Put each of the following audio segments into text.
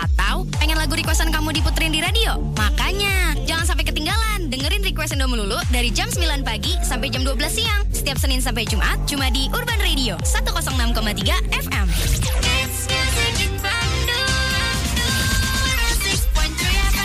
Atau pengen lagu requestan kamu diputerin di radio? Makanya, jangan sampai ketinggalan. Dengerin Request Indo Melulu dari jam 9 pagi sampai jam 12 siang. Setiap Senin sampai Jumat, cuma di Urban Radio 106,3 FM. It's music in Bandung, 106.3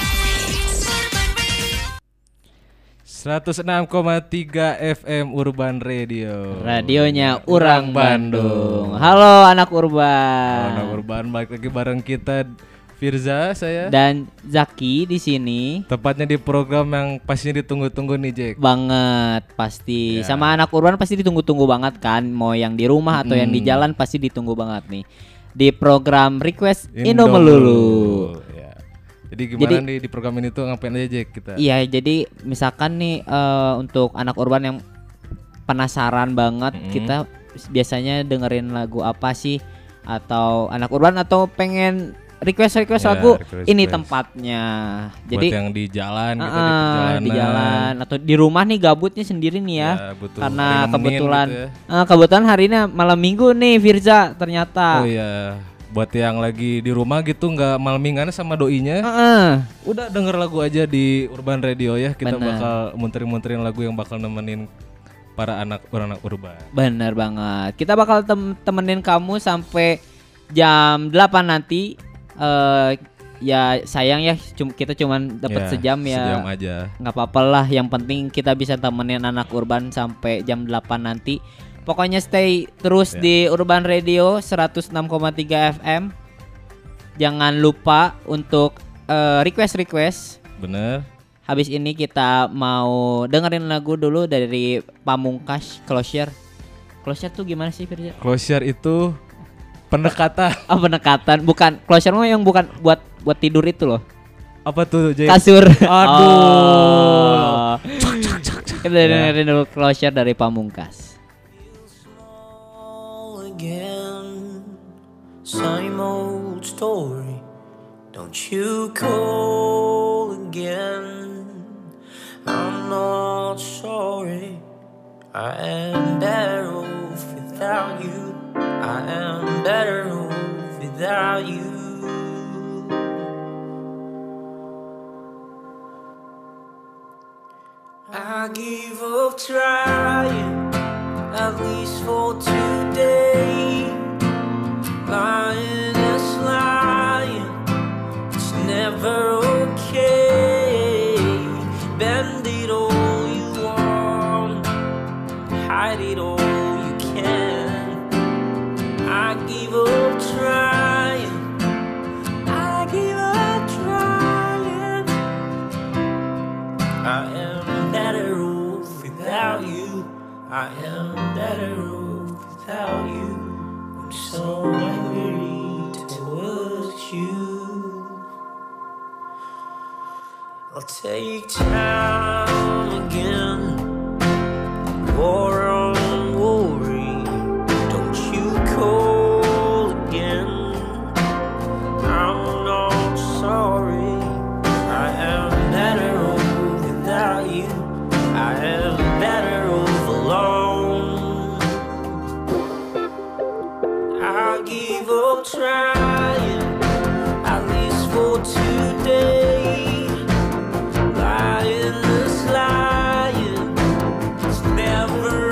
FM, Urban Radio. 106,3 FM Urban Radio. Radionya Urang Bandung. Halo anak Urban. Anak Urban, balik lagi bareng kita Firza, saya dan Zaki di sini. Tepatnya di program yang pastinya ditunggu-tunggu nih, Jack. Banget, pasti. Ya. Sama anak Urban pasti ditunggu-tunggu banget kan. Mau yang di rumah atau yang di jalan pasti ditunggu banget nih. Di program Request Indo Melulu. Ya. Jadi gimana nih di program ini tuh ngapain aja, Jack, kita? Iya, jadi misalkan nih untuk anak Urban yang penasaran banget, kita biasanya dengerin lagu apa sih? Atau anak Urban atau pengen request Ya, lagu, ini request. tempatnya. Buat Jadi yang di jalan gitu, di perjalanan. di jalan atau di rumah nih gabutnya sendiri nih ya. butuh Karena nemenin kebetulan gitu ya. kebetulan hari ini malam Minggu nih Firza ternyata. Oh iya, buat yang lagi di rumah gitu nggak malam mingguan sama doinya, udah denger lagu aja di Urban Radio ya. Kita Bener. bakal munterin lagu yang bakal nemenin para anak urban. Bener banget. Kita bakal temenin kamu sampai jam 8 nanti. Ya sayang ya kita cuman dapat sejam ya. Sejam aja. Nggak apa-apa lah, yang penting kita bisa temenin anak Urban sampai jam 8 nanti. Pokoknya stay terus di Urban Radio 106,3 FM. Jangan lupa untuk request. Bener. Habis ini kita mau dengerin lagu dulu dari Pamungkas, Closure. Closure tuh gimana sih Firza? Closure itu pendekatan. Pendekatan, bukan Closure mah yang bukan buat tidur itu loh. Apa tuh, Jay? Kasur. Aduh. Kita dengerin dulu Closure dari Pamungkas. Again, same old story. Don't you call again. I'm not sorry. I am better off without you. I am better off without you. I give up trying, at least for today. Lying is lying, it's never okay. Bend it all you want, hide it all you can. I give up trying, I give up trying. I am better off without you. I am better off without you. I'm so angry towards you. I'll take time again, war on worry. Don't you call again. I'm not sorry. I am better off without you. I am better off alone. I give up trying, at least for today. Lying is lying, it's never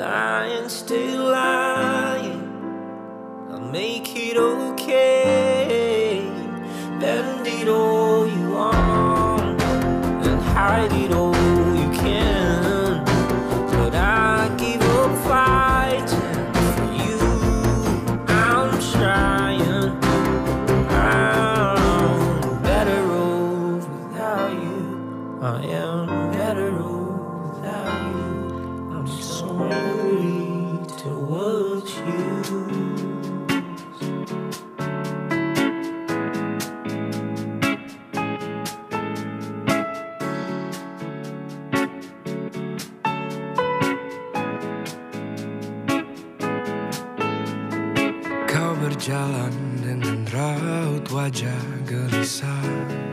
lying, stay lying. I'll make it okay. Bend it all you want and hide it all you can. But I give up fighting for you. I'm trying. I'm better off without you. I am better off without you. I'm sorry towards you. Kau berjalan dengan raut wajah gelisah,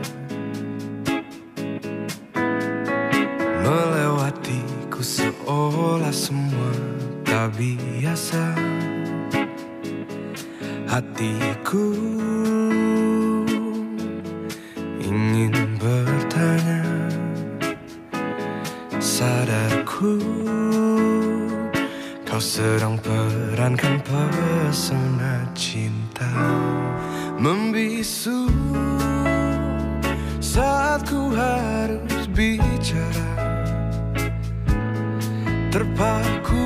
melewatiku seolah semua tak biasa. Hatiku ingin bertanya, sadarku kau sedang perankan pesona cinta membisu saat ku harus bicara. Terpaku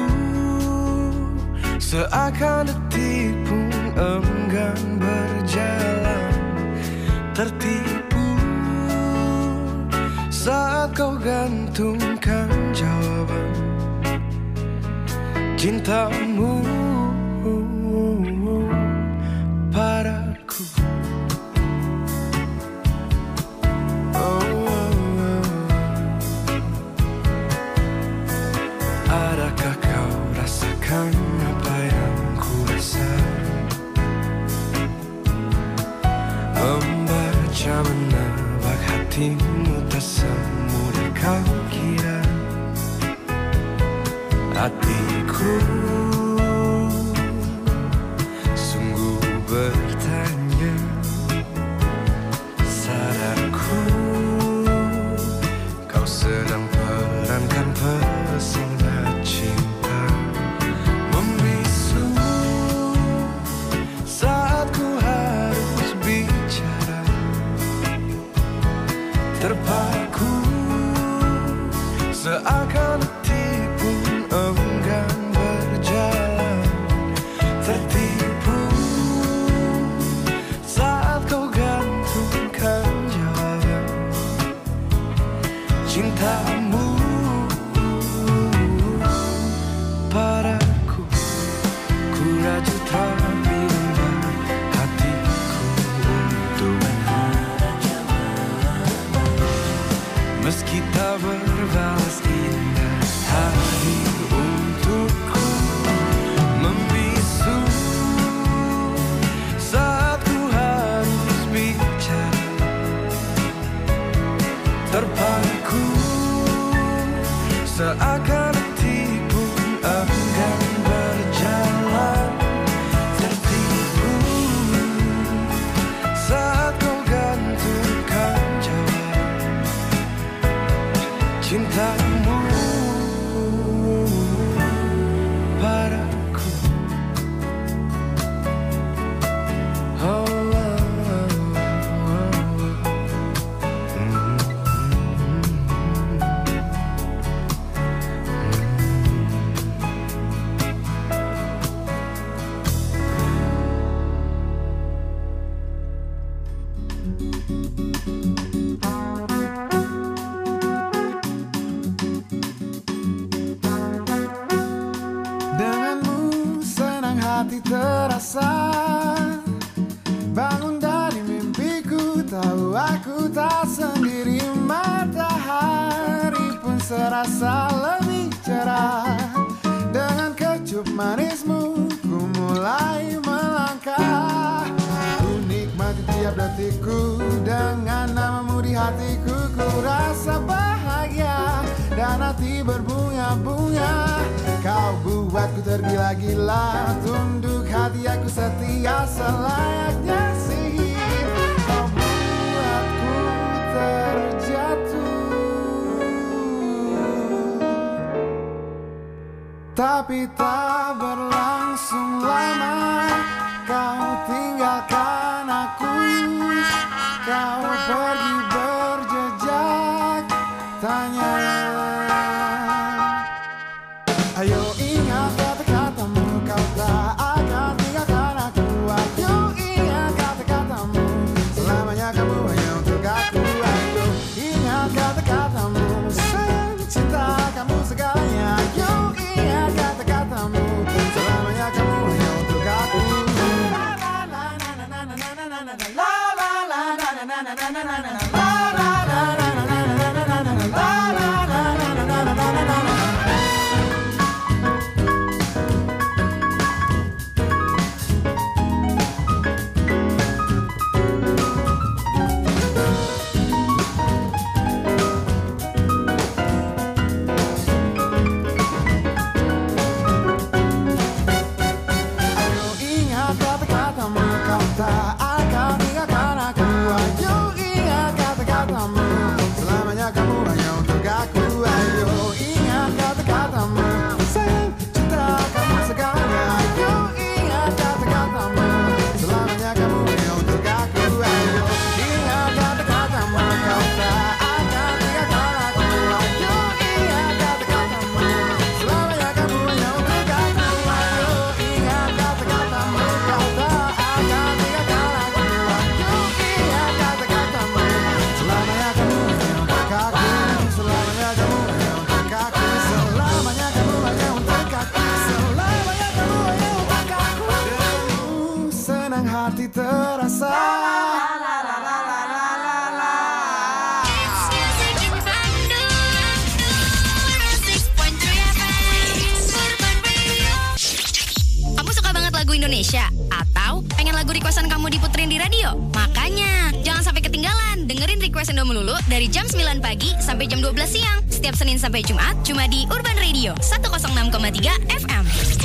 seakan detik pun enggan berjalan. Tertipu saat kau gantungkan jawaban cintamu padaku. Adakah kau rasakan apa yang ku rasa? Membaca menebak hatimu tak semudah kau kira. Hatiku sungguh bertanya, sadarku kau sedang perankan pesona cinta membisu saat ku harus bicara. Terpaku seakan detik pun enggan berjalan. Tertipu saat kau gantungkan jawaban cintamu padaku. Ku rajut rapi lembar hatiku untukmu, meski tak berbalas indah hadir untukku. Membisu saat ku harus bicara. Terpaku seakan detik pun enggan berjalan. Tertipu saat kau gantungkan jawaban cintamu padaku. Denganmu senang hati terasa, bangun dari mimpiku, tahu aku tak sendiri. Matahari pun serasa lebih cerah. Dengan kecup manismu ku mulai melangkah. Ku nikmati tiap detikku, dengan namamu di hatiku. Ku rasa bahagia dan hati berbunga-bunga. Kau buatku tergila-gila, tunduk hati aku setia selayaknya sihir. Kau buatku terjatuh Tapi tak berlangsung lama, kau tinggalkan aku. Kau pergi berjejak, tanya. Ayo ingat kata-katamu, kau tak akan tinggalkan aku. Ayo ingat kata-katamu, selamanya kamu hanya untuk aku. Ayo ingat kata-katamu, sayang cinta kamu segalanya. Ayo ingat kata-katamu, selamanya kamu hanya untuk aku. Tak akan tinggalkan aku. Ayo ingat kata-katamu, selamanya kamu hanya untuk aku. Ayo ingat kata-katamu, sayang cinta kamu segalanya. Ayo ingat kata-katamu, selamanya kamu hanya untuk aku. Ayo ingat kata-katamu, kau tak akan tinggalkan aku. Ayo ingat kata-katamu, selamanya kamu hanya untuk aku. Ayo ingat kata-katamu, kau tak akan hati terasa. Kamu suka banget lagu Indonesia? Atau pengen lagu requestan kamu diputerin di radio? Makanya, jangan sampai ketinggalan. Dengerin request Indo Melulu dari jam 9 pagi sampai jam 12 siang. Setiap Senin sampai Jumat, cuma di Urban Radio 106,3 FM.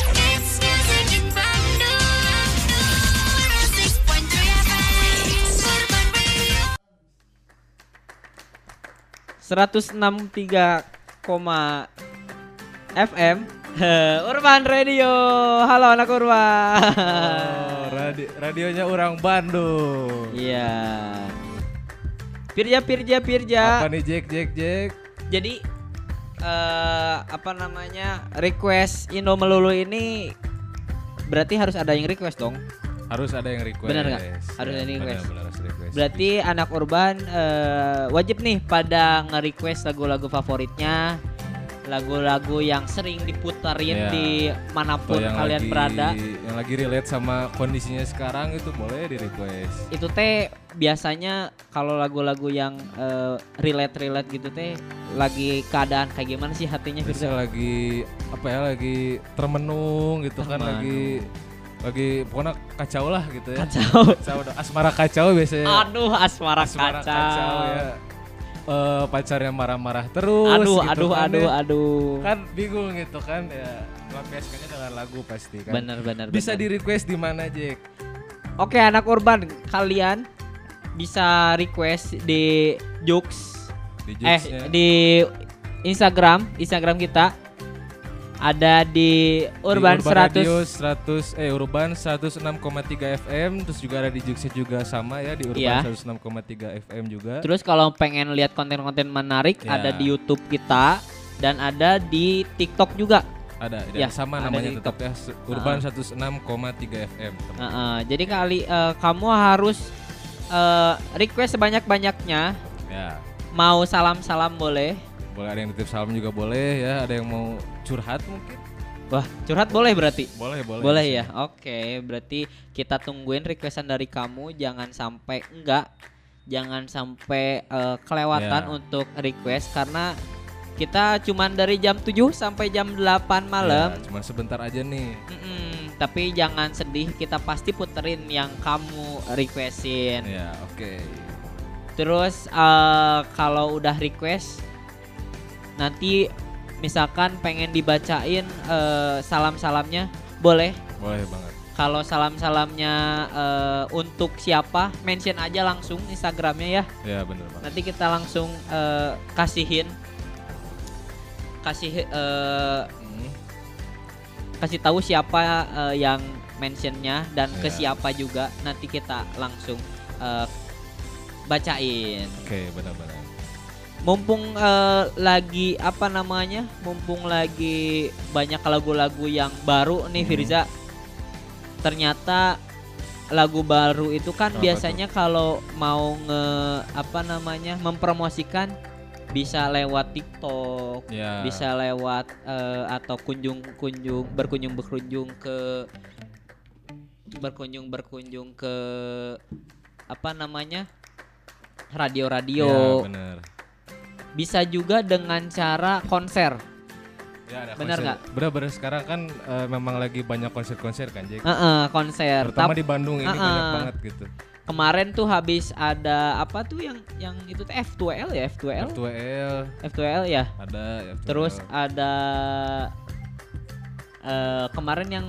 106,3 FM Urban Radio. Halo anak Urban. Oh, radionya orang Bandung. Iya. Pirja. Apa nih Jack? Jadi request Indo Melulu ini berarti harus ada yang request dong. Harus ada yang request. Bener nggak? Harus ada yang request. Bener, harus request. Berarti anak Urban wajib nih pada nge-request lagu-lagu favoritnya, lagu-lagu yang sering diputerin di manapun kalian berada. Yang lagi relate sama kondisinya sekarang itu boleh di-request. Itu teh biasanya kalau lagu-lagu yang relate gitu teh lagi keadaan kayak gimana sih hatinya? Bisa lagi lagi termenung gitu kan, lagi pokoknya kacau lah gitu ya. Kacau asmara kacau biasanya. Aduh, asmara kacau ya. Pacarnya marah-marah terus. Aduh. Kan bingung gitu kan ya. Lampiaskannya dengan lagu pasti kan. Bener. Bisa di request di mana, Jack? Oke, anak Urban, kalian bisa request di Jux. Di Instagram kita. Ada di Urban 106,3 FM, terus juga ada di Jux juga sama ya di Urban 106,3 FM juga. Terus kalau pengen lihat konten-konten menarik ada di YouTube kita dan ada di TikTok juga. Ada sama namanya tetap ya Urban 106,3 FM. Jadi kamu harus request sebanyak-banyaknya. Ya. Mau salam-salam boleh. Boleh, ada yang nitip salam juga boleh ya, ada yang mau curhat mungkin. Wah, curhat boleh berarti? Boleh ya. Oke, berarti kita tungguin requestan dari kamu, jangan sampai kelewatan untuk request karena kita cuman dari jam 7 sampai jam 8 malam. Ya, cuman sebentar aja nih. Tapi jangan sedih, kita pasti puterin yang kamu requestin. Ya, oke. Terus kalau udah request nanti misalkan pengen dibacain salam-salamnya boleh banget. Kalau salamnya untuk siapa mention aja langsung Instagramnya ya. Ya bener banget. Nanti kita langsung kasih kasih tahu siapa yang mentionnya dan ke Iya. siapa juga, nanti kita langsung bacain. Oke, benar-benar. Mumpung lagi mumpung lagi banyak lagu-lagu yang baru nih Firza. Ternyata lagu baru itu kan Apa biasanya kalau mau mempromosikan bisa lewat TikTok, Ya. bisa lewat atau berkunjung ke radio-radio. Ya, benar. Bisa juga dengan cara konser. Ya, ada Benar konser. nggak? Benar-benar sekarang kan memang lagi banyak konser-konser kan, Jack. Konser. Terutama di Bandung ini banyak banget gitu. Kemarin tuh habis ada apa tuh yang itu tuh F2L ya, F2L ya. Ada F2L. Terus ada kemarin yang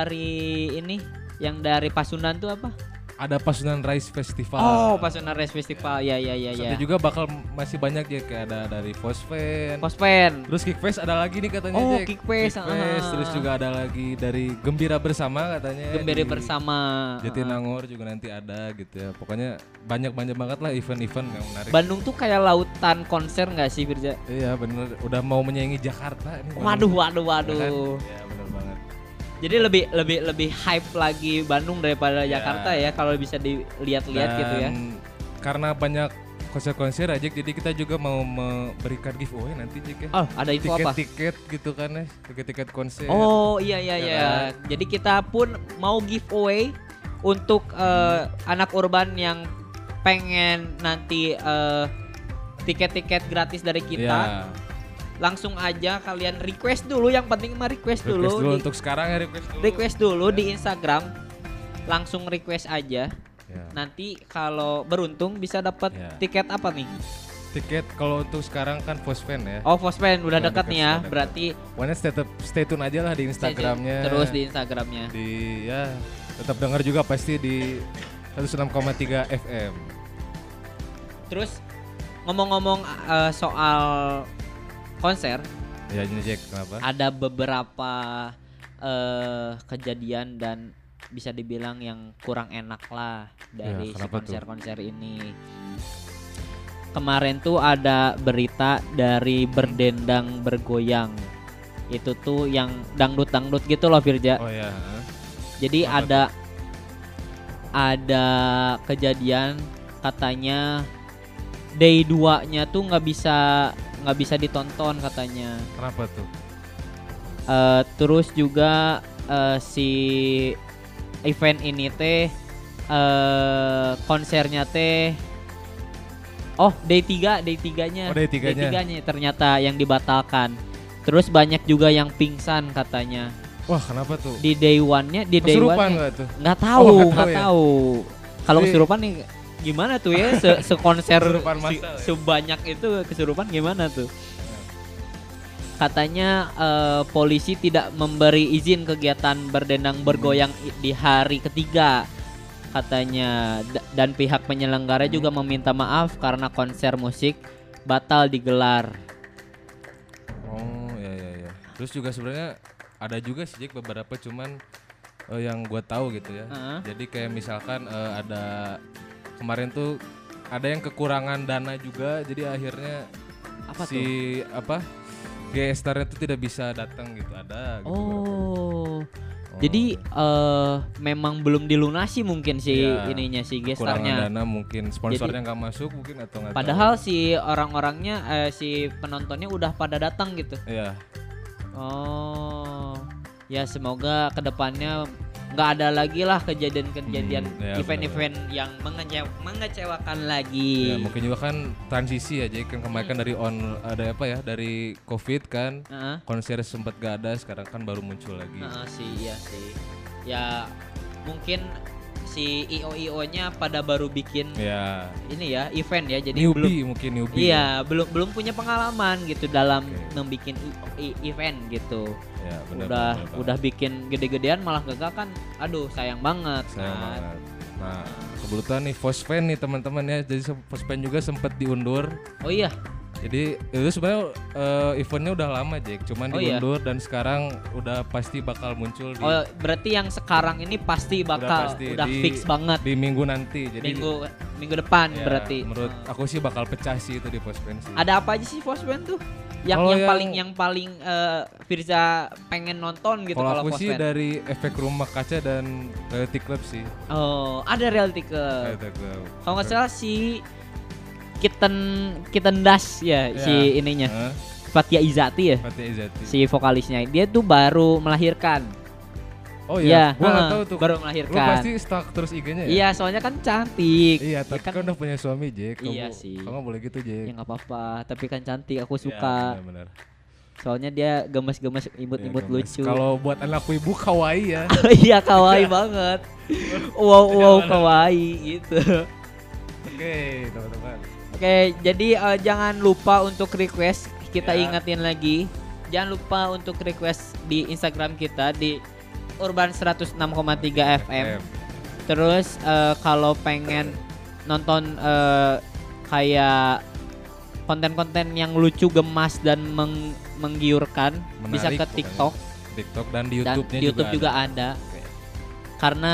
dari Pasundan tuh apa? ada Pasundan Rice Festival. Oh, Pasundan Rice Festival. Ya. Satu juga bakal masih banyak ya, kayak ada dari Fosfen. Terus Kickfest ada lagi nih katanya. Oh, Jack. Kickfest. Terus juga ada lagi dari Gembira Bersama katanya. Gembira di Bersama. Jatinangor juga nanti ada gitu ya. Pokoknya banyak banget lah event-event yang menarik. Bandung tuh kayak lautan konser nggak sih, Firza? Iya bener, udah mau menyaingi Jakarta ini. Waduh. Ya kan? Ya bener banget. Jadi lebih hype lagi Bandung daripada Jakarta ya kalau bisa dilihat-lihat gitu ya. Karena banyak konser-konser aja, jadi kita juga mau memberikan giveaway nanti Jack ya. Oh, ada info apa? Tiket-tiket gitu kan ya, tiket-tiket konser. Oh iya. kan? Jadi kita pun mau giveaway untuk anak urban yang pengen nanti tiket-tiket gratis dari kita. Ya. Langsung aja kalian request dulu, yang penting mah request dulu. Untuk sekarang ya Request dulu di Instagram. Langsung request aja. Ya. Nanti kalau beruntung bisa dapat tiket apa nih? Tiket kalau untuk sekarang kan Fosfen ya. Oh, Fosfen udah dekat nih ya. sudah dekat. Berarti pokoknya stay tune aja lah di Instagramnya. Terus di Instagramnya. Tetap dengar juga pasti di 106,3 FM. Terus ngomong-ngomong soal konser, ya ini Jack, kenapa? ada beberapa kejadian dan bisa dibilang yang kurang enak lah dari si konser-konser ini. Kemarin tuh ada berita dari Berdendang Bergoyang. Itu tuh yang dangdut-dangdut gitu loh, Firja. Oh ya. Jadi ada kejadian katanya day 2-nya tuh nggak bisa ditonton katanya. Kenapa tuh? Terus juga si event ini teh konsernya teh day 3-nya. Oh, day 3-nya ternyata yang dibatalkan. Terus banyak juga yang pingsan katanya. Wah, kenapa tuh? Di day 1-nya, kesurupan nggak tuh? Nggak tahu. Kalau Jadi, kesurupan nih gimana tuh ya? Sekonser sebanyak itu kesurupan gimana tuh? Katanya polisi tidak memberi izin kegiatan berdendang bergoyang di hari ketiga katanya, dan pihak penyelenggara juga meminta maaf karena konser musik batal digelar. Oh ya. Terus juga sebenarnya ada juga sih Jack beberapa, cuman yang gue tahu gitu ya. Jadi kayak misalkan ada kemarin tuh ada yang kekurangan dana juga, jadi akhirnya G-Star itu tidak bisa datang gitu, ada gitu. Jadi memang belum dilunasi mungkin si ininya si G-Star-nya. Kekurangan dana mungkin, sponsornya nggak masuk mungkin atau nggak. Padahal tahu. Si orang-orangnya si penontonnya udah pada datang gitu. Iya. Ya semoga kedepannya nggak ada lagi lah kejadian-kejadian event-event yang mengecewakan lagi. Ya, mungkin juga kan transisi aja kan, kemarin kan dari COVID kan, konser sempat gak ada, sekarang kan baru muncul lagi. Iya sih. Ya mungkin si IO-nya pada baru bikin ini ya event ya, jadi newbie. Iya, belum punya pengalaman gitu dalam membikin event gitu. Ya, udah bikin gede-gedean malah gagal kan, aduh sayang banget. Nah kebetulan nih Fosfen nih teman-teman ya, jadi Fosfen juga sempat diundur. Oh iya. Jadi itu sebenarnya eventnya udah lama Jack, cuman diundur dan sekarang udah pasti bakal muncul di Oh, berarti yang sekarang ini pasti bakal udah fix banget di minggu nanti. Jadi minggu depan ya, berarti. Menurut aku sih bakal pecah sih itu di Postband sih. Ada apa aja sih Postband tuh? Yang paling Firza pengen nonton gitu kalau aku sih Postband. dari Efek Rumah Kaca dan Reality Club sih. Oh, ada Reality Club. Kalau nggak salah si Kitten Dash ya si ininya. Fatia Izzati ya. Fatia Izzati. Si vokalisnya. Dia tuh baru melahirkan. Oh iya, gua enggak tahu tuh. Baru melahirkan. Lu pasti stalk terus IG-nya ya? Iya, soalnya kan cantik. Iya, tapi kan udah punya suami, Jack. Iya sih. Kamu boleh gitu, Jack. Ya enggak apa-apa, tapi kan cantik, aku suka. Iya, benar. Soalnya dia gemes-gemes, imut-imut Ya, lucu. Kalau buat anak ibu kawaii ya. Iya, kawaii banget. Wow, kawaii gitu. Oke, teman-teman. Oke, jadi jangan lupa untuk request. Kita ingetin lagi. Jangan lupa untuk request di Instagram kita di Urban 106,3 FM. Terus kalau pengen nonton kayak konten-konten yang lucu, gemas dan menggiurkan, menarik, bisa ke TikTok dan di YouTube-nya di YouTube juga ada. Karena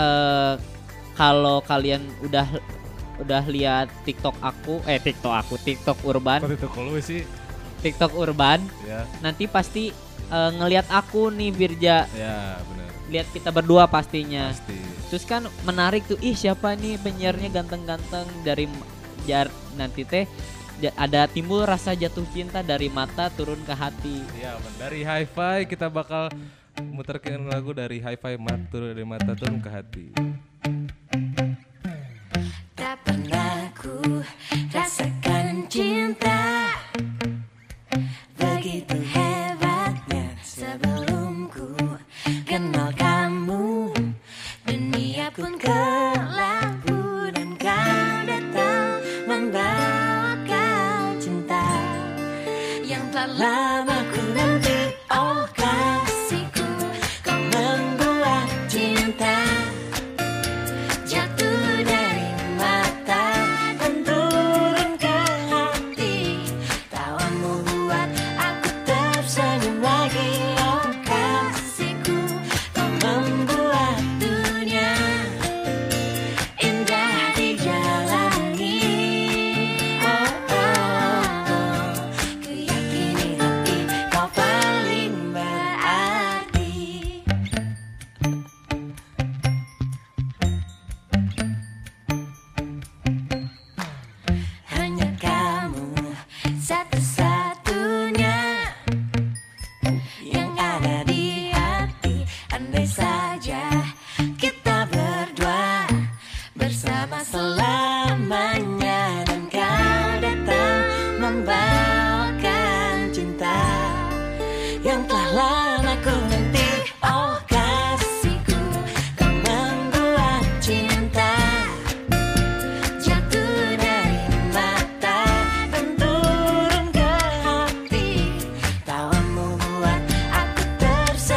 kalau kalian udah lihat TikTok Urban. TikTok Urban. Ya. Nanti pasti ngelihat aku nih Virja. Ya, benar. Lihat kita berdua pastinya. Pasti. Terus kan menarik tuh, siapa nih penyiarnya ganteng-ganteng dari nanti teh ada timbul rasa jatuh cinta dari mata turun ke hati. Iya, dari Hi-Fi kita bakal muterkin lagu dari Hi-Fi dari mata turun ke hati. Tak pernah ku rasakan cinta begitu hebatnya sebelum ku kenal kamu. Dunia pun kelabu dan kau datang membawakan cinta yang telah lama ku nanti. Oh kasihku, kau membuat cinta jatuh dari mata dan turun ke hati. Tawamu buat aku tersenyum lagi. Oh kasihku, kau membuat dunia indah dijalani. Oh, ku yakini hati kau paling berarti. Hanya kamu satu-satunya yang ada di hati. Andai saja kita berdua bersama selamanya dan kau datang membawakan cinta yang telah lama ku nanti. Oh kasihku, kau membuat cinta jatuh dari mata dan turun ke hati. Tawamu buat aku tersenyum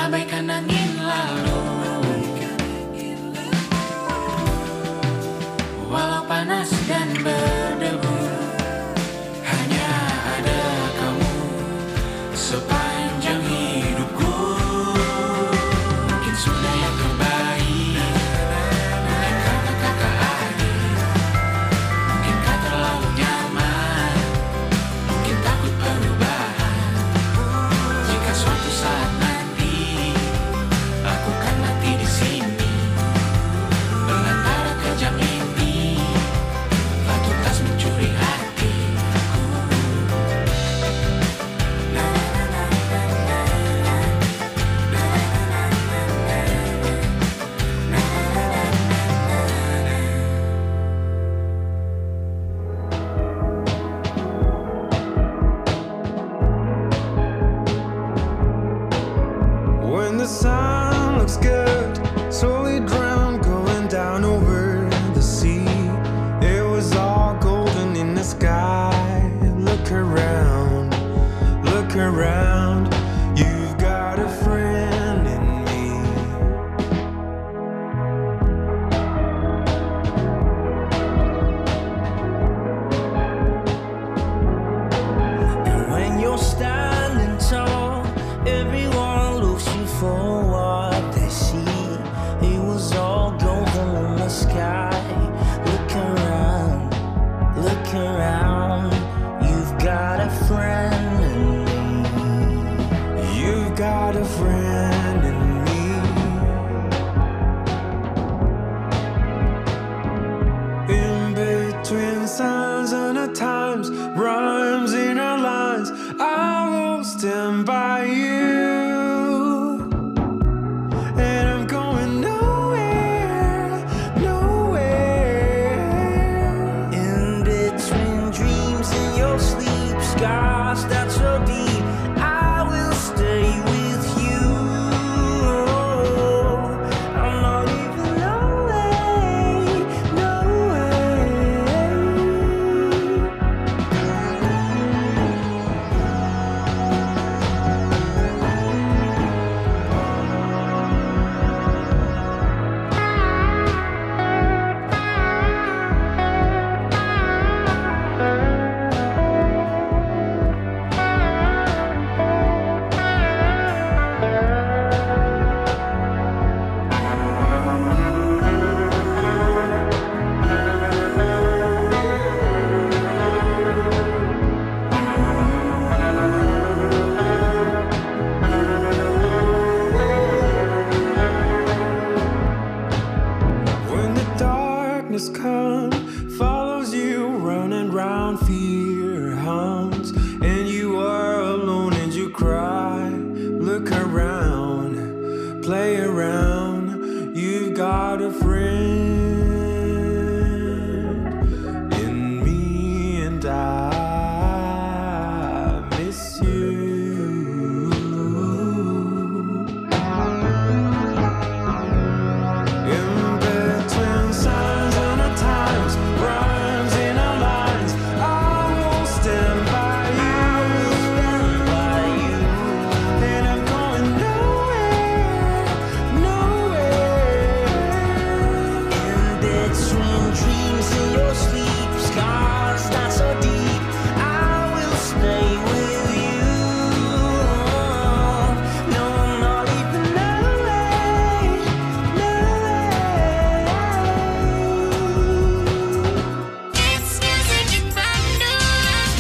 abaikan angin lalu. Walau panas dan berdebu, hanya ada kamu sepanjang hidupku. Mungkin sudah yang terbaik, mungkin karena kakak adik, mungkin kau terlalu nyaman, mungkin takut perubahan. Jika suatu saat nanti aku kan mati di sini, belantara kejam ini batu tas mencuri hatiku. When the sun looks good, slowly drown, going down over the sea. It was all golden in the sky. Look around, you've got a friend in me. And when you're standing tall, everyone looks you for what they see. It was all golden in the sky. Look around, you've got a friend in me. You've got a friend in me. In between signs and at times, rhymes in our lines, I will stand by you. And I'm going nowhere. In between dreams and your sleep, scars that so deep, I will stay with you. I'm not even away. When the darkness comes, follows you running round, fear hums, and you are alone and you cry. Look around, play around, you've got a friend in me, and I miss you. In between signs and at times, rhymes in our lines, I will stand by you. And I'm going nowhere. In between dreams and your sleep, scars not so deep, I will stay with you. No, I'm not leaving away. It's music in Bandung,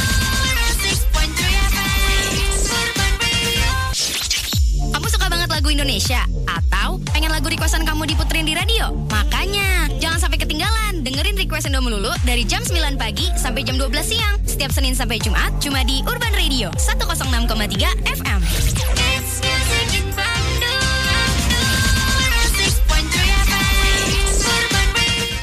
106.3 FM, Urban Radio. Kamu suka banget lagu Indonesia? Atau pengen lagu requestan kamu diputerin di radio? Makanya, jangan sampai ketinggalan. Dengerin request Indo Melulu dari jam 9 pagi sampai jam 12 siang. Setiap Senin sampai Jumat, cuma di Urban Radio 106,3 FM. It's music in Bandung, 106.3 FM, Urban Radio.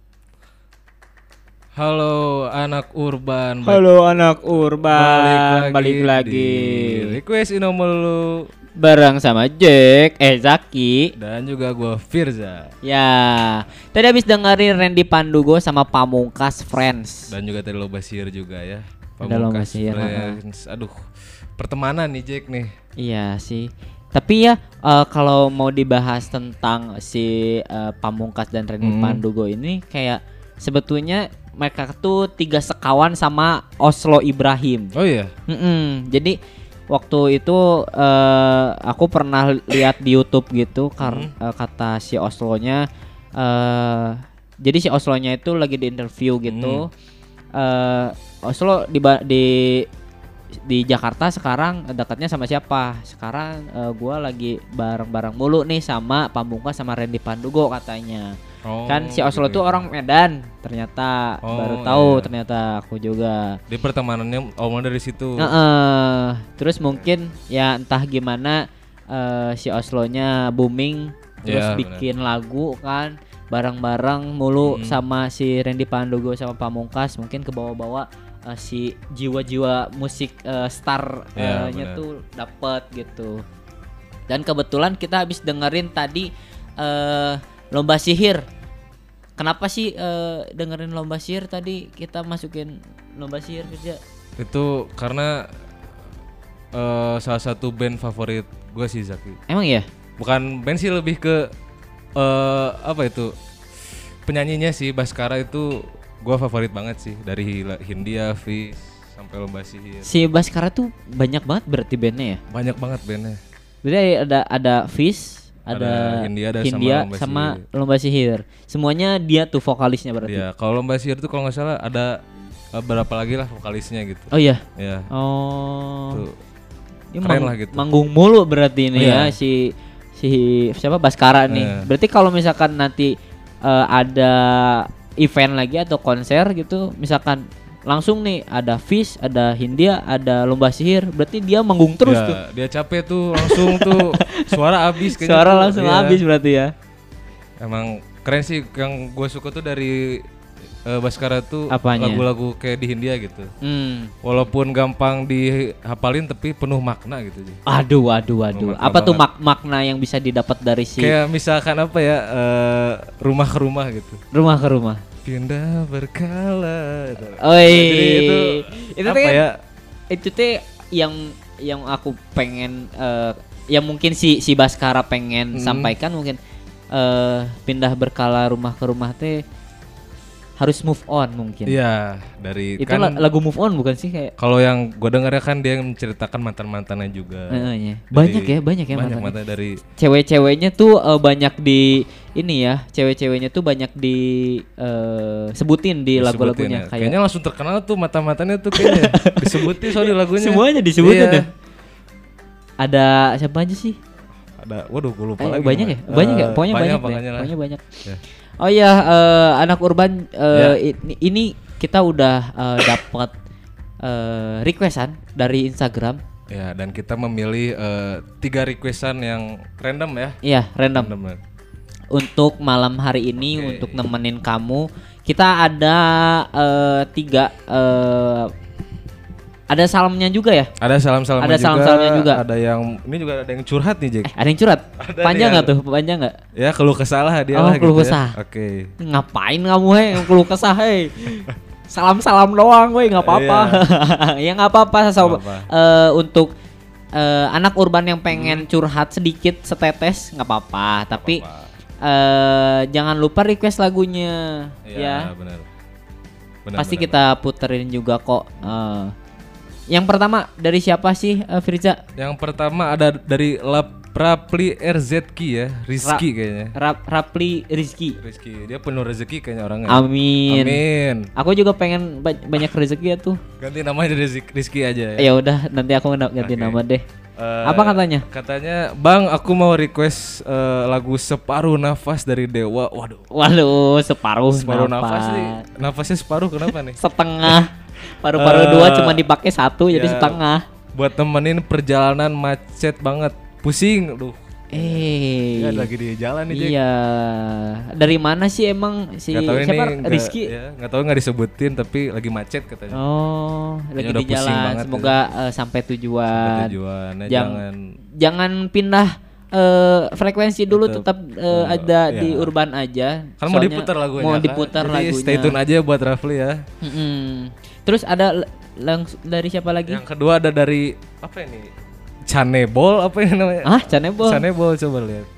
Halo anak urban. Halo anak urban, balik lagi. Di Request Indo Melulu bareng sama Jack, Zaki, dan juga gue Firza. Ya, tadi habis dengerin Randy Pandugo sama Pamungkas Friends. Dan juga tadi lo Basir juga ya. Ada Lo Basir, Friends. Aduh, pertemanan nih Jack nih. Iya sih. Tapi ya kalau mau dibahas tentang si Pamungkas dan Randy Pandugo ini kayak sebetulnya mereka tuh 3 sekawan sama Oslo Ibrahim. Oh iya. Jadi waktu itu aku pernah lihat di YouTube gitu kata si Oslonya jadi si Oslonya itu lagi di interview gitu. Oslo di Jakarta sekarang dekatnya sama siapa? Sekarang gua lagi bareng-bareng mulu nih sama Pamungkas sama Randy Pandugo katanya. Kan si Oslo tuh orang Medan ternyata baru tahu ternyata aku juga. Di pertemanannya awal dari situ. Terus mungkin ya entah gimana si Oslonya booming terus bikin lagu kan bareng-bareng mulu sama si Randy Pandugo sama Pamungkas mungkin ke bawah-bawah si jiwa-jiwa musik star-nya tuh dapet gitu. Dan kebetulan kita habis dengerin tadi Lomba Sihir. Kenapa sih dengerin Lomba Sihir tadi kita masukin Lomba Sihir kerja? Itu karena salah satu band favorit gue sih Zaki. Emang ya? Bukan band sih, lebih ke apa itu penyanyinya sih. Baskara itu gue favorit banget sih, dari Hindia, Fish sampai Lomba Sihir. Si Baskara tuh banyak banget berarti bandnya ya? Banyak banget bandnya. Berarti ada Fish, ada Hindia sama Lomba Sihir. Semuanya dia tuh vokalisnya berarti. Iya, kalau Lomba Sihir tuh kalau nggak salah ada berapa lagi lah vokalisnya gitu. Oh iya. Iya. Oh. Tuh, Ini keren lah gitu. Manggung mulu berarti ini ya si siapa Baskara nih. Berarti kalau misalkan nanti ada event lagi atau konser gitu, misalkan langsung nih ada Fish, ada Hindia, ada Lomba Sihir, berarti dia manggung terus tuh. Dia capek tuh langsung tuh suara habis kayaknya. Suara langsung habis berarti ya. Emang keren sih, yang gue suka tuh dari Baskara tuh apanya? Lagu-lagu kayak di Hindia gitu. Walaupun gampang dihafalin tapi penuh makna gitu. Aduh. Apa tuh makna yang bisa didapat dari si? Kayak misalkan apa ya, rumah ke rumah gitu. Rumah ke rumah. Pindah berkala. Oi. Jadi itu apa ya? Itu teh yang aku pengen yang mungkin si Baskara pengen sampaikan mungkin pindah berkala rumah ke rumah teh harus move on mungkin. Iya, dari itu kan lagu move on bukan sih kayak. Kalau yang gue dengarnya kan dia menceritakan mantan-mantannya juga. Banyak ya mantan dari cewek-ceweknya tuh banyak di ini ya, cewek-ceweknya tuh banyak di sebutin di lagu-lagunya ya. Kayaknya langsung terkenal tuh mata-matanya tuh kayaknya disebutin soal di lagunya. Semuanya disebutin ya. Ada siapa aja sih? Ada, waduh gue lupa lagi. Banyak ya? Pokoknya banyak. Ya. Oh iya, anak urban ini kita udah dapat requestan dari Instagram. Ya, dan kita memilih 3 requestan yang random ya. Iya, random. Untuk malam hari ini untuk nemenin kamu, kita ada 3 ada salamnya juga ya? Ada salamnya juga. Ada yang ini juga ada yang curhat nih, Jack. Ada yang curhat. Panjang enggak tuh? Panjang enggak? Ya, keluh kesah lah dia lah gitu. Keluh kesah. Ya. Oke. Ngapain kamu keluh kesah Salam-salam doang enggak apa-apa. Ya enggak apa-apa untuk anak urban yang pengen curhat sedikit setetes enggak apa-apa, tapi jangan lupa request lagunya ya. Benar. Pasti kita puterin juga kok. Yang pertama dari siapa sih Firza? Yang pertama ada dari Rapli RZK ya, Rizky kayaknya. Rapli Rizky. Dia penuh rezeki kayaknya orangnya. Amin. Aku juga pengen banyak rezeki ya tuh. Ganti namanya dari Rizky aja ya. Ya udah, nanti aku ganti nama deh. Apa katanya? Katanya, "Bang, aku mau request lagu Separuh Nafas dari Dewa." Waduh, separuh nafas nih. Nafasnya separuh kenapa nih? Setengah. Paru-paru 2 cuma dipakai 1 jadi setengah. Buat temenin perjalanan macet banget, pusing, Ya lagi di jalan nih. Iya. Dari mana sih emang si siapa? Rizky? Enggak tahu, enggak disebutin tapi lagi macet katanya. Oh, lagi di jalan. Semoga sampai tujuan. Jangan pindah frekuensi dulu, tetap ada di urban aja. Kan mau diputar lagunya. Mau diputar lagunya. Stay tune aja buat Rafli ya. Terus ada dari siapa lagi? Yang kedua ada dari apa ini? Canebol apa yang namanya? Canebol. Canebol coba lihat.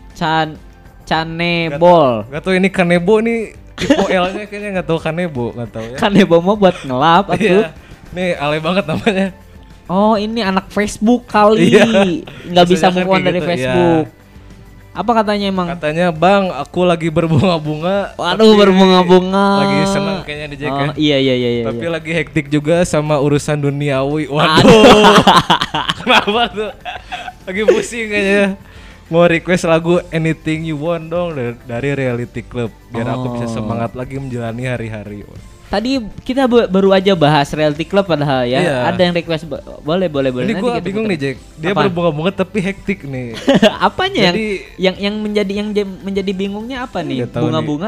Canebol. Gak tau ini Kanebo nih tipe L-nya kayaknya nggak tahu Kanebo, nggak tahu ya. Kanebo mau buat ngelap atuh. Iya. Nih alay banget namanya. Oh, ini anak Facebook kali. Iya. Nggak bisa Biasanya move kan on kayak dari gitu, Facebook. iya. Apa katanya emang? Katanya, "Bang, aku lagi berbunga-bunga." Waduh, tapi berbunga-bunga. Lagi seneng kayaknya di Jack ya. Iya. Tapi lagi hektik juga sama urusan duniawi. Waduh. Kenapa tuh? Lagi pusing kayaknya. Mau request lagu Anything You Want dong dari Reality Club biar aku bisa semangat lagi menjalani hari-hari. Tadi kita baru aja bahas Reality Club padahal ya. Iya. Ada yang request boleh. Ini Nanti gue kita bingung putar. nih Jack. Dia Apa? berbunga-bunga tapi hektik nih. Apanya Jadi- yang menjadi bingungnya apa nih? Nggak tahu Bunga-bunga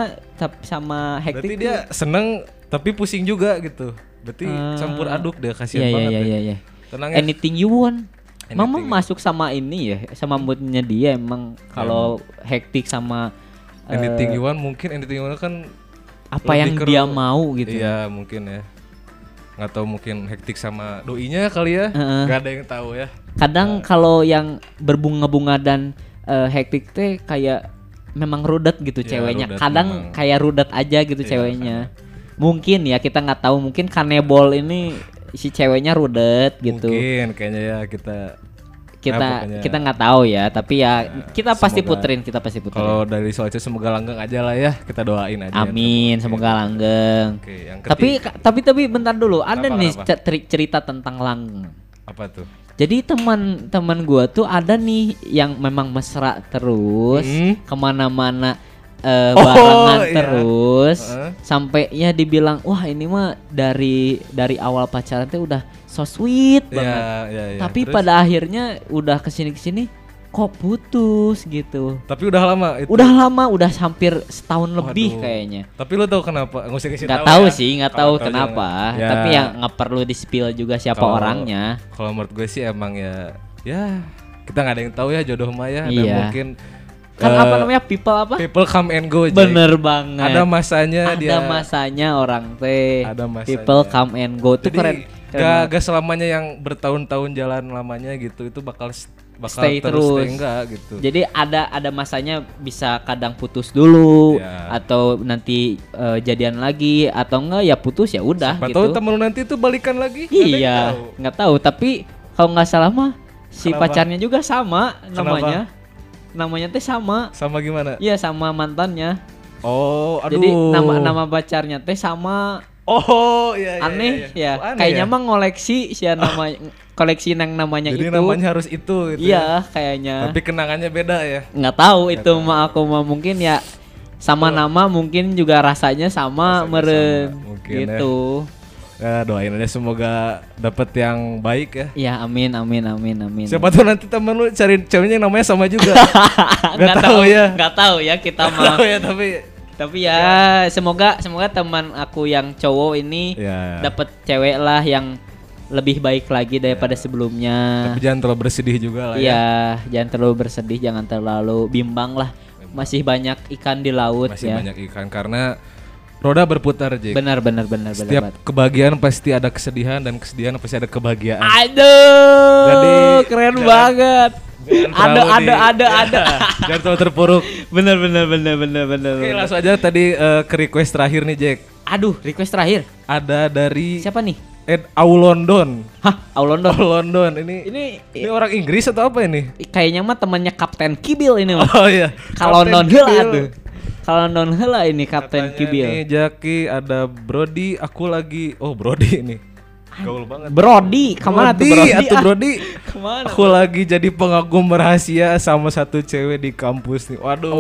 sama hektik. Berarti dia seneng tapi pusing juga gitu. Berarti campur aduk deh, kasihan banget deh. Iya. Tenang ya. Anything you want. Mama Anything. masuk sama ini ya, sama moodnya dia emang kalau hektik sama Anything You Want mungkin Anything You Want kan apa lebih yang ke- dia mau gitu. Iya mungkin ya. Nggak tahu mungkin hektik sama doinya kali ya. Heeh. Nggak ada yang tahu ya. Kadang kalau yang berbunga-bunga dan hektik teh kayak memang rudet gitu Ya, ceweknya. rudet Kadang memang. kayak rudet aja gitu Iya, ceweknya. Mungkin ya kita nggak tahu, mungkin Kanebol ini si ceweknya rudet gitu. Mungkin kayaknya ya kita pokoknya. Kita nggak tahu ya, tapi ya kita pasti semoga- puterin. kalau dari soal itu semoga langgeng aja lah ya. Kita doain aja. Amin, Oke. semoga langgeng. Oke, yang ketiga. Tapi bentar dulu, ada Kenapa, nih kenapa? cerita tentang langgeng. Apa tuh? Jadi teman-teman gua tuh ada nih yang memang mesra terus, kemana-mana barengan iya. terus, Heeh. sampai ya dibilang wah ini mah dari awal pacaran tuh udah so sweet banget. Ya. Tapi Terus? pada akhirnya udah kesini kok putus gitu. Tapi udah lama itu. Udah lama, udah hampir setahun lebih Waduh. kayaknya. Tapi lo tahu kenapa? Nggak usah kasih Nggak tahu tahu ya. sih, nggak Kalau tahu tahu kenapa. jangan. Ya. Tapi ya nggak perlu di spill juga siapa Kalau- orangnya. Kalau menurut gue sih emang ya kita nggak ada yang tahu ya jodoh mah ya. Dan Iya. mungkin Kan eh, apa namanya people apa? people come and go. Jack. Bener banget. Ada masanya Ada dia. masanya orang teh. Ada masanya. People come and go tuh Jadi keren. gak selamanya yang bertahun-tahun jalan lamanya gitu itu bakal Stay terus terus. stay enggak gitu. Jadi ada masanya bisa kadang putus dulu Ya. atau nanti jadian lagi atau enggak ya putus ya udah Siapa gitu. tahu temen lu nanti tuh balikan lagi. Nggak ada yang Iya, tahu. nggak tahu. Tapi kalau nggak salah mah si Kenapa? pacarnya juga sama Kenapa? namanya. Namanya teh sama. Sama gimana? Iya sama mantannya. Oh, aduh. Jadi nama pacarnya teh sama. Oh, iya. Aneh ya. Oh, aneh Kayaknya ya? mah ngoleksi si nama koleksi yang namanya Jadi itu. namanya harus itu gitu. Iya, kayaknya. Tapi kenangannya beda ya. Nggak tahu itu mah aku mah mungkin ya sama nama mungkin juga rasanya sama Rasanya meren sama, mungkin gitu. Ya, doain aja semoga dapet yang baik ya. Ya amin. Siapa tahu nanti temen lu cari ceweknya yang namanya sama juga. Nggak tahu ya. Nggak tahu ya kita Nggak mah. tahu ya Tapi ya semoga teman aku yang cowok ini Ya. dapat cewek lah yang lebih baik lagi daripada sebelumnya. Tapi jangan terlalu bersedih juga lah ya. Iya, jangan terlalu bersedih, jangan terlalu bimbang lah. Masih banyak ikan di laut Masih ya. banyak ikan karena roda berputar, Jek. Benar. Setiap kebahagiaan pasti ada kesedihan dan kesedihan pasti ada kebahagiaan. Aduh, Jadi, keren jangan- banget. Jangan terlalu Ada. Jangan terlalu terpuruk. Bener. Oke, langsung aja tadi ke request terakhir nih, Jack. Aduh, request terakhir. Ada dari Siapa nih? Ed Aulondon. Hah, Aulondon. Aulondon ini Ini orang Inggris atau apa ini? kayaknya mah temannya Kapten Kibil ini mah. Oh iya. Kalau non Kapten heula Kibil. tuh. Kalau non heula ini Kapten Katanya Kibil. nih Jaki, ada Brody, aku lagi. Oh, Brody ini. Gaul banget. Brody, kemana tuh Brody? Brody? Atuh Brody. Kemana? Aku lagi jadi pengagum rahasia sama satu cewek di kampus nih.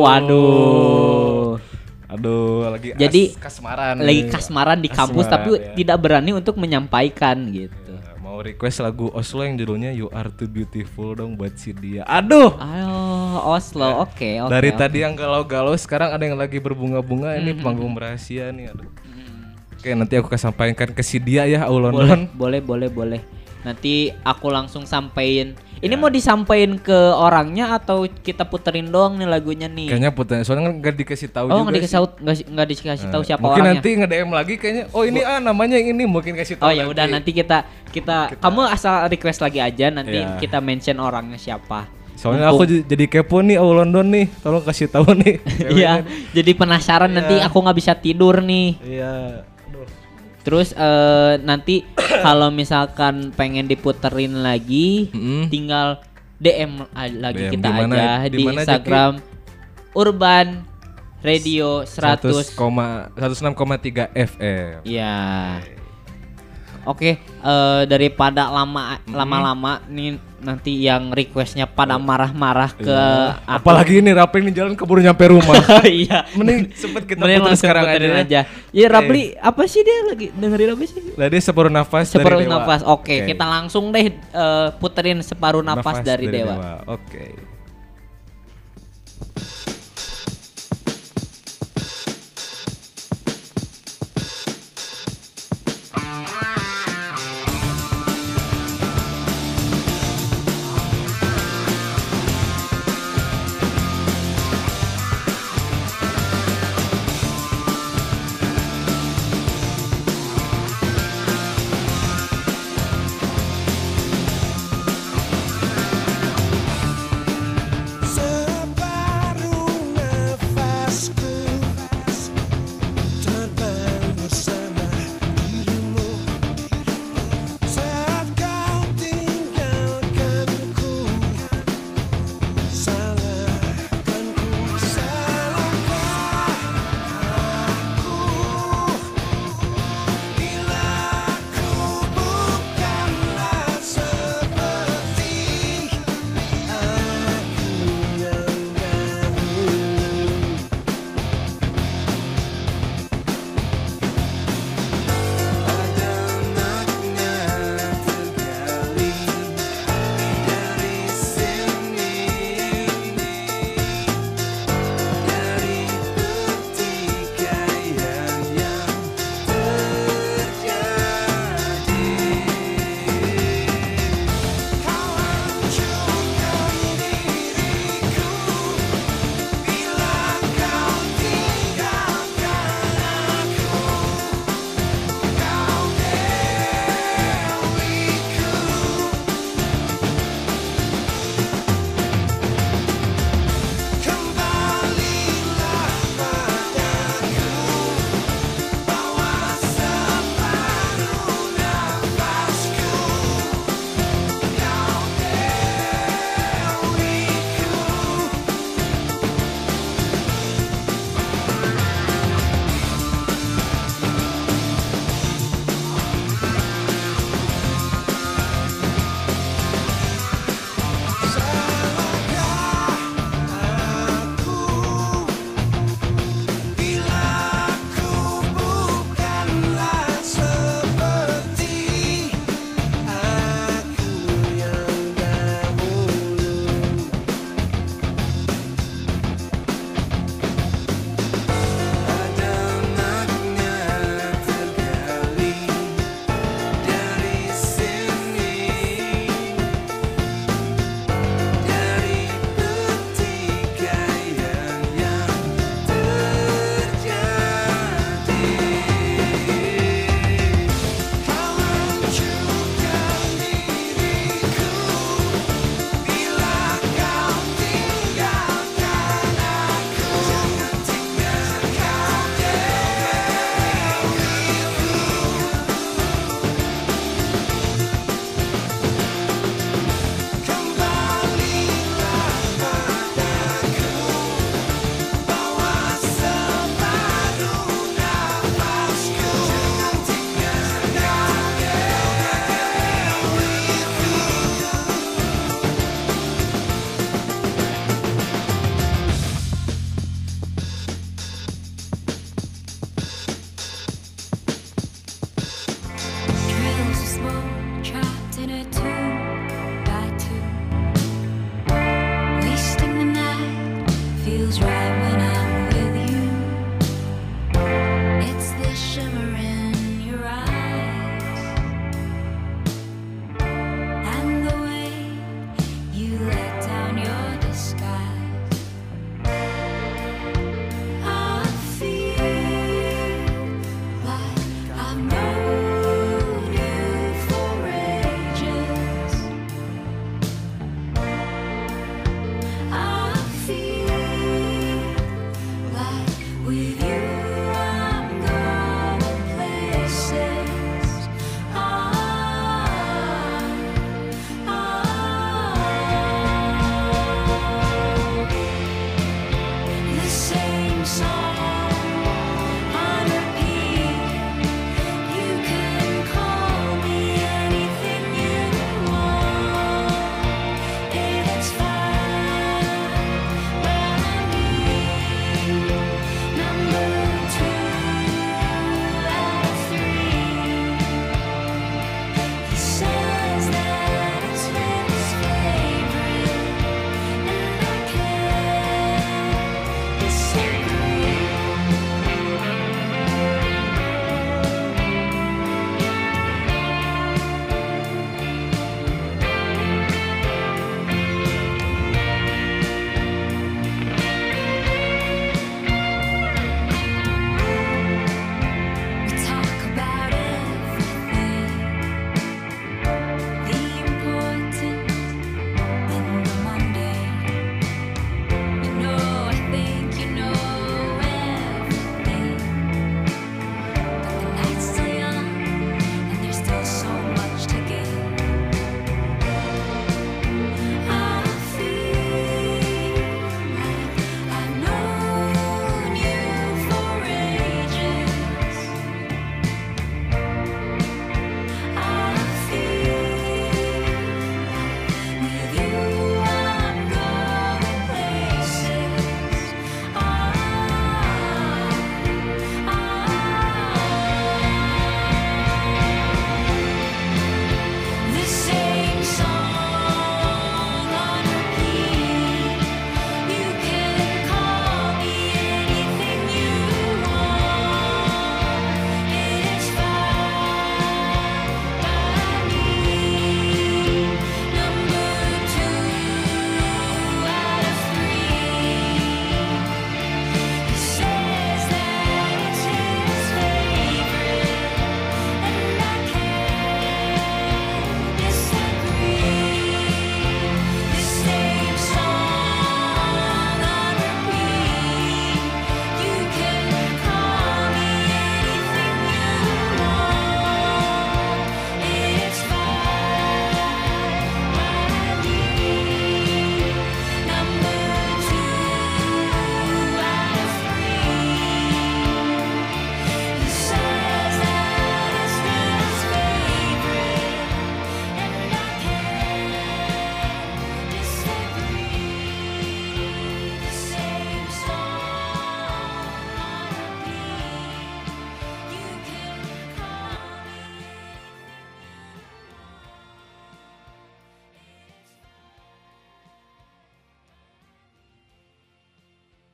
Waduh. Aduh, lagi Jadi, kasmaran. Lagi nih. kasmaran di kampus Kasmaran, tapi ya. tidak berani untuk menyampaikan gitu. Mau request lagu Oslo yang judulnya You Are Too Beautiful dong buat si dia. Aduh. Ayo, Oslo. Oke. Dari tadi yang galau-galau sekarang ada yang lagi berbunga-bunga ini panggung rahasia nih. Aduh. Oke, nanti aku akan sampaikan ke si dia ya Aulondon. Boleh. Nanti aku langsung sampein Ini mau disampaikan ke orangnya atau kita puterin doang nih lagunya nih? Kayaknya putar, soalnya kan nggak dikasih tahu Oh, juga. nggak dikasih tahu siapa mungkin orangnya. nanti nge-DM lagi kayaknya. Oh ini namanya ini mungkin kasih tahu. Oh ya udah nanti kita kamu asal request lagi aja nanti Iya. kita mention orangnya siapa. Soalnya aku jadi kepo nih, London nih, tolong kasih tahu nih. Iya, jadi penasaran nanti aku nggak bisa tidur nih. Iya. Terus nanti kalau misalkan pengen diputerin lagi, tinggal DM lagi DM kita di mana- aja di di mana aja, Instagram Urban Radio 106,3 FM. Iya. Oke, daripada lama-lama nih nanti yang requestnya pada marah-marah ke aku. Apalagi ini Rapli nih jalan keburu nyampe rumah. Iya. Mending sempet kita Mending putar langsung sekarang puterin aja. Ya Rapli, apa sih dia lagi dengerin apa sih? Lah dia separuh nafas Separuh dari Dewa. nafas. Oke, kita langsung deh puterin separuh nafas dari Dewa. Oke.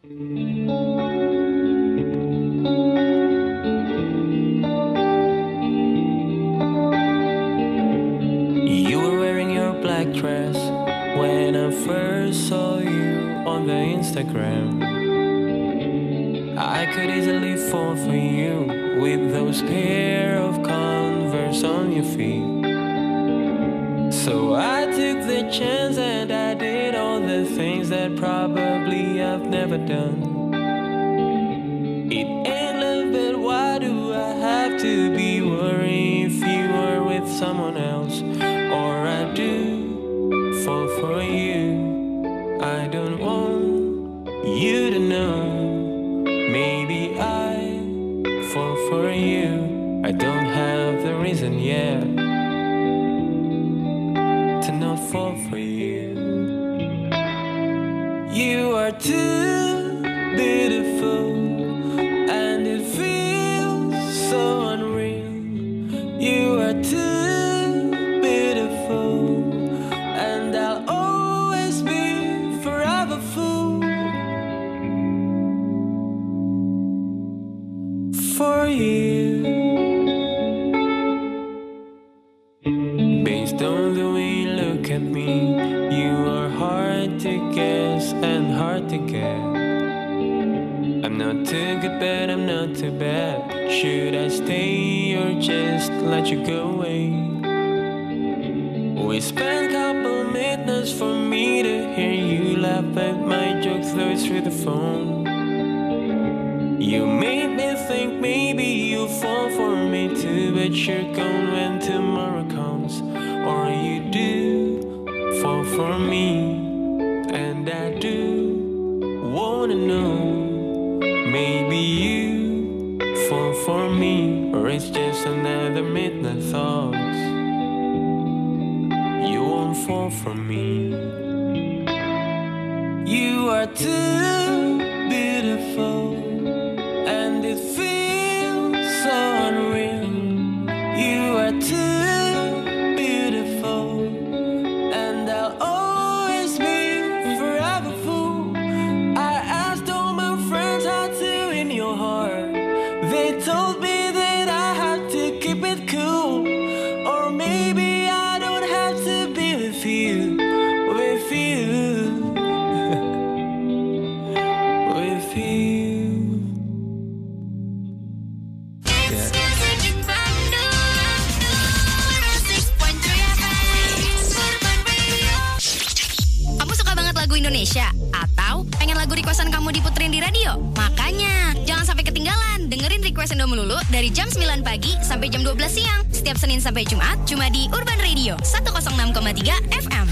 You were wearing your black dress when I first saw you on the Instagram. I could easily fall for you with those pair of Converse on your feet. So I took the chance and I did all the things that probably I've never done. It ain't love, but why do I have to be worried if you were with someone else? Or I do fall for you. I don't want you to know. Maybe I fall for you. I don't have the reason yet to not fall for you. You are too beautiful, and it feels so unreal. You are too beautiful, and I'll always be forever fool for you. Based on the way you look at me, you are hard to guess and hard to get. I'm not too good, but I'm not too bad. Should I stay or just let you go away? We spent couple midnights for me to hear you laugh at my jokes, though it's through the phone. You made me think maybe you'll fall for me too, but you're gone when tomorrow comes. Or you do fall for me, and I do wanna know. Maybe you fall for me, or it's just another midnight thoughts. You won't fall for me. You are too beautiful, and it feels so unreal. You are too beautiful, and I'll always be forever fool. I asked all my friends how to in your heart. They told me that I had to keep it cool, or maybe I don't have to be with you, with you, with you. Kamu suka banget lagu Indonesia? Atau pengen lagu requestan kamu diputerin di radio? Makanya, jangan sampai ketinggalan. Dengerin request Indo Melulu dari jam 9 pagi sampai jam 12 siang. Setiap Senin sampai Jumat, cuma di Urban Radio 106,3 FM.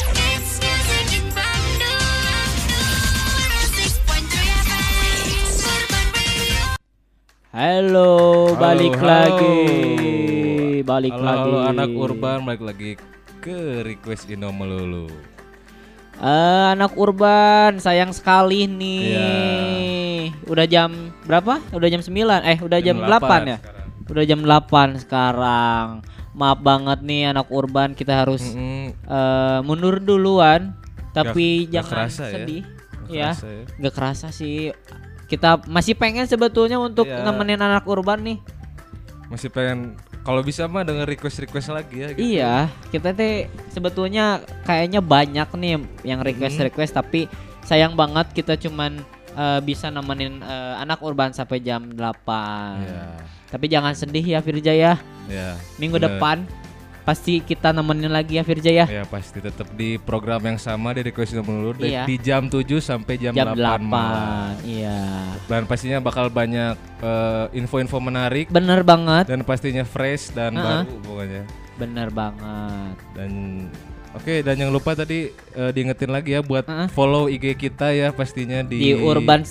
Halo, balik Halo, lagi. Balik halo, lagi. halo anak urban, balik lagi ke request Indo Melulu. Anak urban, sayang sekali nih. Iya. Udah jam berapa? Udah jam 9. Udah jam 8 ya? sekarang. Udah jam 8 sekarang. Maaf banget nih anak urban, kita harus mundur duluan. Tapi Gak jangan kerasa ya. sedih. Gak Ya, kerasa ya. gak kerasa sih. Kita masih pengen sebetulnya untuk Iya. nemenin anak urban nih. Masih pengen kalau bisa mah denger request lagi ya gitu. Iya, kita teh sebetulnya kayaknya banyak nih yang request tapi sayang banget kita cuman bisa nemenin anak urban sampai jam 8. Iya. Tapi jangan sedih ya Firja ya. Iya. Minggu bener. depan pasti kita nemenin lagi ya Firja ya. Ya pasti tetap di program yang sama di request Indo Melulu Iya. di jam 7 sampai jam 8 Jam 8. malam. Iya. Dan pastinya bakal banyak info-info menarik Bener banget. dan pastinya fresh dan baru pokoknya. Bener banget. Dan oke, dan jangan lupa tadi diingetin lagi ya buat follow IG kita ya pastinya Di Urban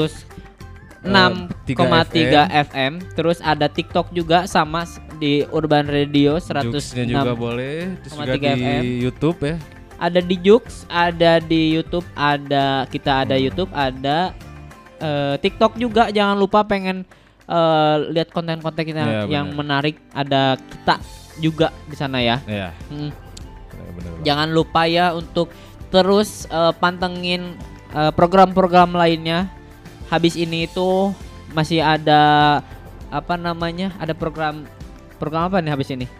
106,3 FM. Terus ada TikTok juga sama di Urban Radio Joox-nya juga 106. boleh. Terus juga 3 di FM. YouTube ya. Ada di Joox, ada di YouTube, kita ada YouTube, ada TikTok juga. Jangan lupa pengen lihat konten-konten kita Ya, yang benar. menarik, ada kita juga di sana ya. Iya. Mm. Bener banget. Jangan lupa ya untuk terus pantengin program-program lainnya habis ini itu masih ada apa namanya? Ada program apa nih habis ini?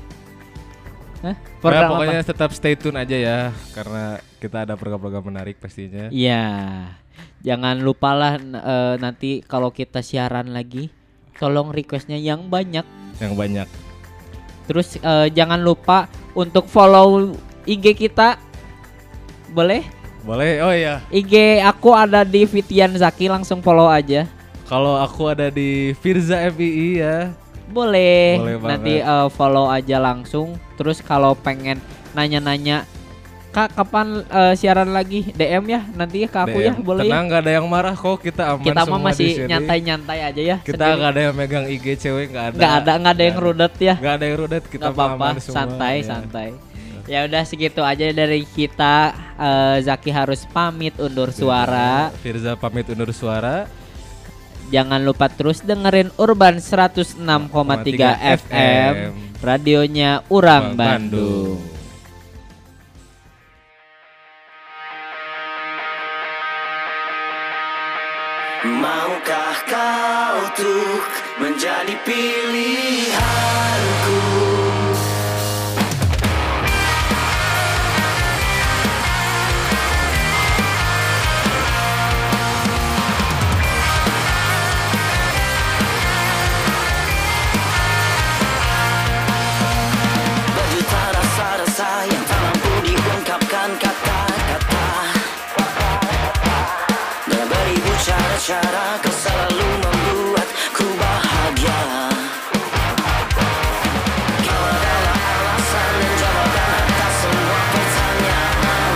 Program pokoknya apa? tetap stay tune aja ya karena kita ada program-program menarik pastinya. Iya. Jangan lupalah nanti kalau kita siaran lagi tolong requestnya yang banyak. Yang banyak. Terus jangan lupa untuk follow IG kita. Boleh? Boleh. Oh iya. IG aku ada di Fitian Zaki, langsung follow aja. Kalau aku ada di Firza FII ya. Boleh Boleh nanti banget. follow aja langsung. Terus kalau pengen nanya-nanya, Kak kapan siaran lagi? DM ya nanti ke aku ya, DM. boleh Tenang, ya. gak ada yang marah kok, kita aman Kita mah semua masih di sini. nyantai-nyantai aja ya. Kita sendiri. gak ada yang megang IG cewek, gak ada. Nggak ada yang rudet ya. Gak ada yang rudet, kita Nggak apa-apa, aman semua. santai ya. santai. Ya udah segitu aja dari kita. Zaki harus pamit undur suara. Firza pamit undur suara. Jangan lupa terus dengerin Urban 106,3 FM, radionya Urang Bandung. Maukah kau untuk menjadi pilihanku? Berjuta rasa-rasa yang tak mampu diungkapkan kata-kata. Dalam beribu cara-cara kau selalu membuatku bahagia. Kau adalah alasan dan jawaban atas semua pertanyaan.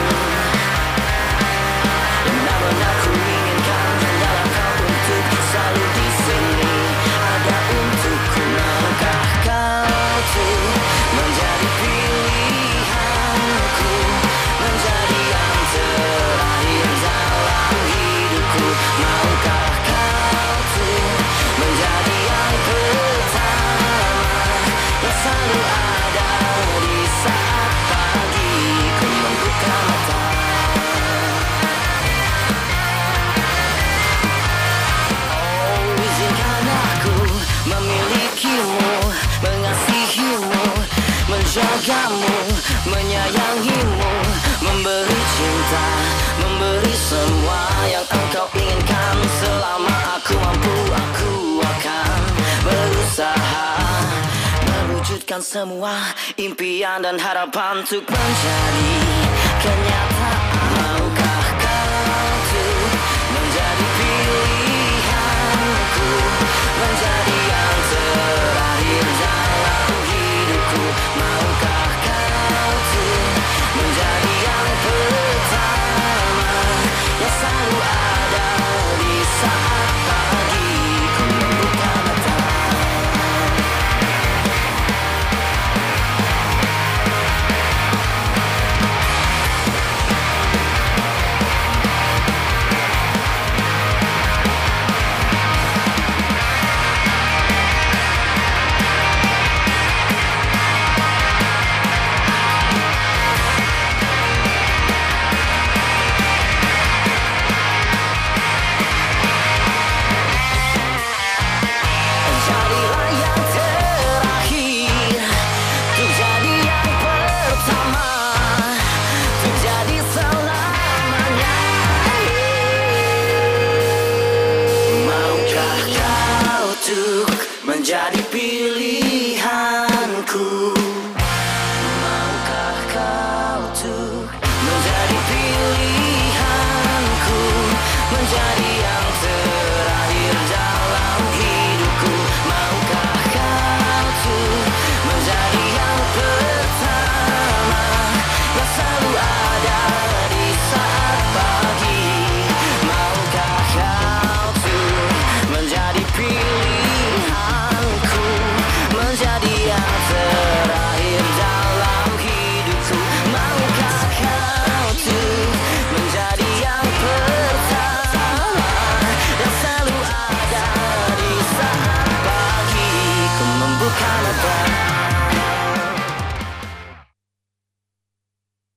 Dan namun aku inginkan hanyalah kau untuk selalu di sini, ada untukku. Maukah kau tuh menjadi pilihanku, menjadi yang terakhir dalam hidupku? Maukah kau tuh menjadi yang pertama, yang selalu ada di saat pagi ku membuka mata? Oh, izinkan aku memilikimu, mengasihimu, menjagamu, menyayangimu, memberi cinta, memberi semua yang engkau inginkan. Selama aku mampu, aku akan berusaha mewujudkan semua impian dan harapan untuk menjadi kenyataan. Maukah kau tuh menjadi pilihanku, menjadi yang terakhir dalam hidupku? Maukah kau tuh menjadi yang pertama, yang selalu ada di saat pagi ku membuka mata? Jadilah yang terakhir, untuk jadi yang pertama, untuk jadi selamanya. Maukah kau untuk menjadi pilihan?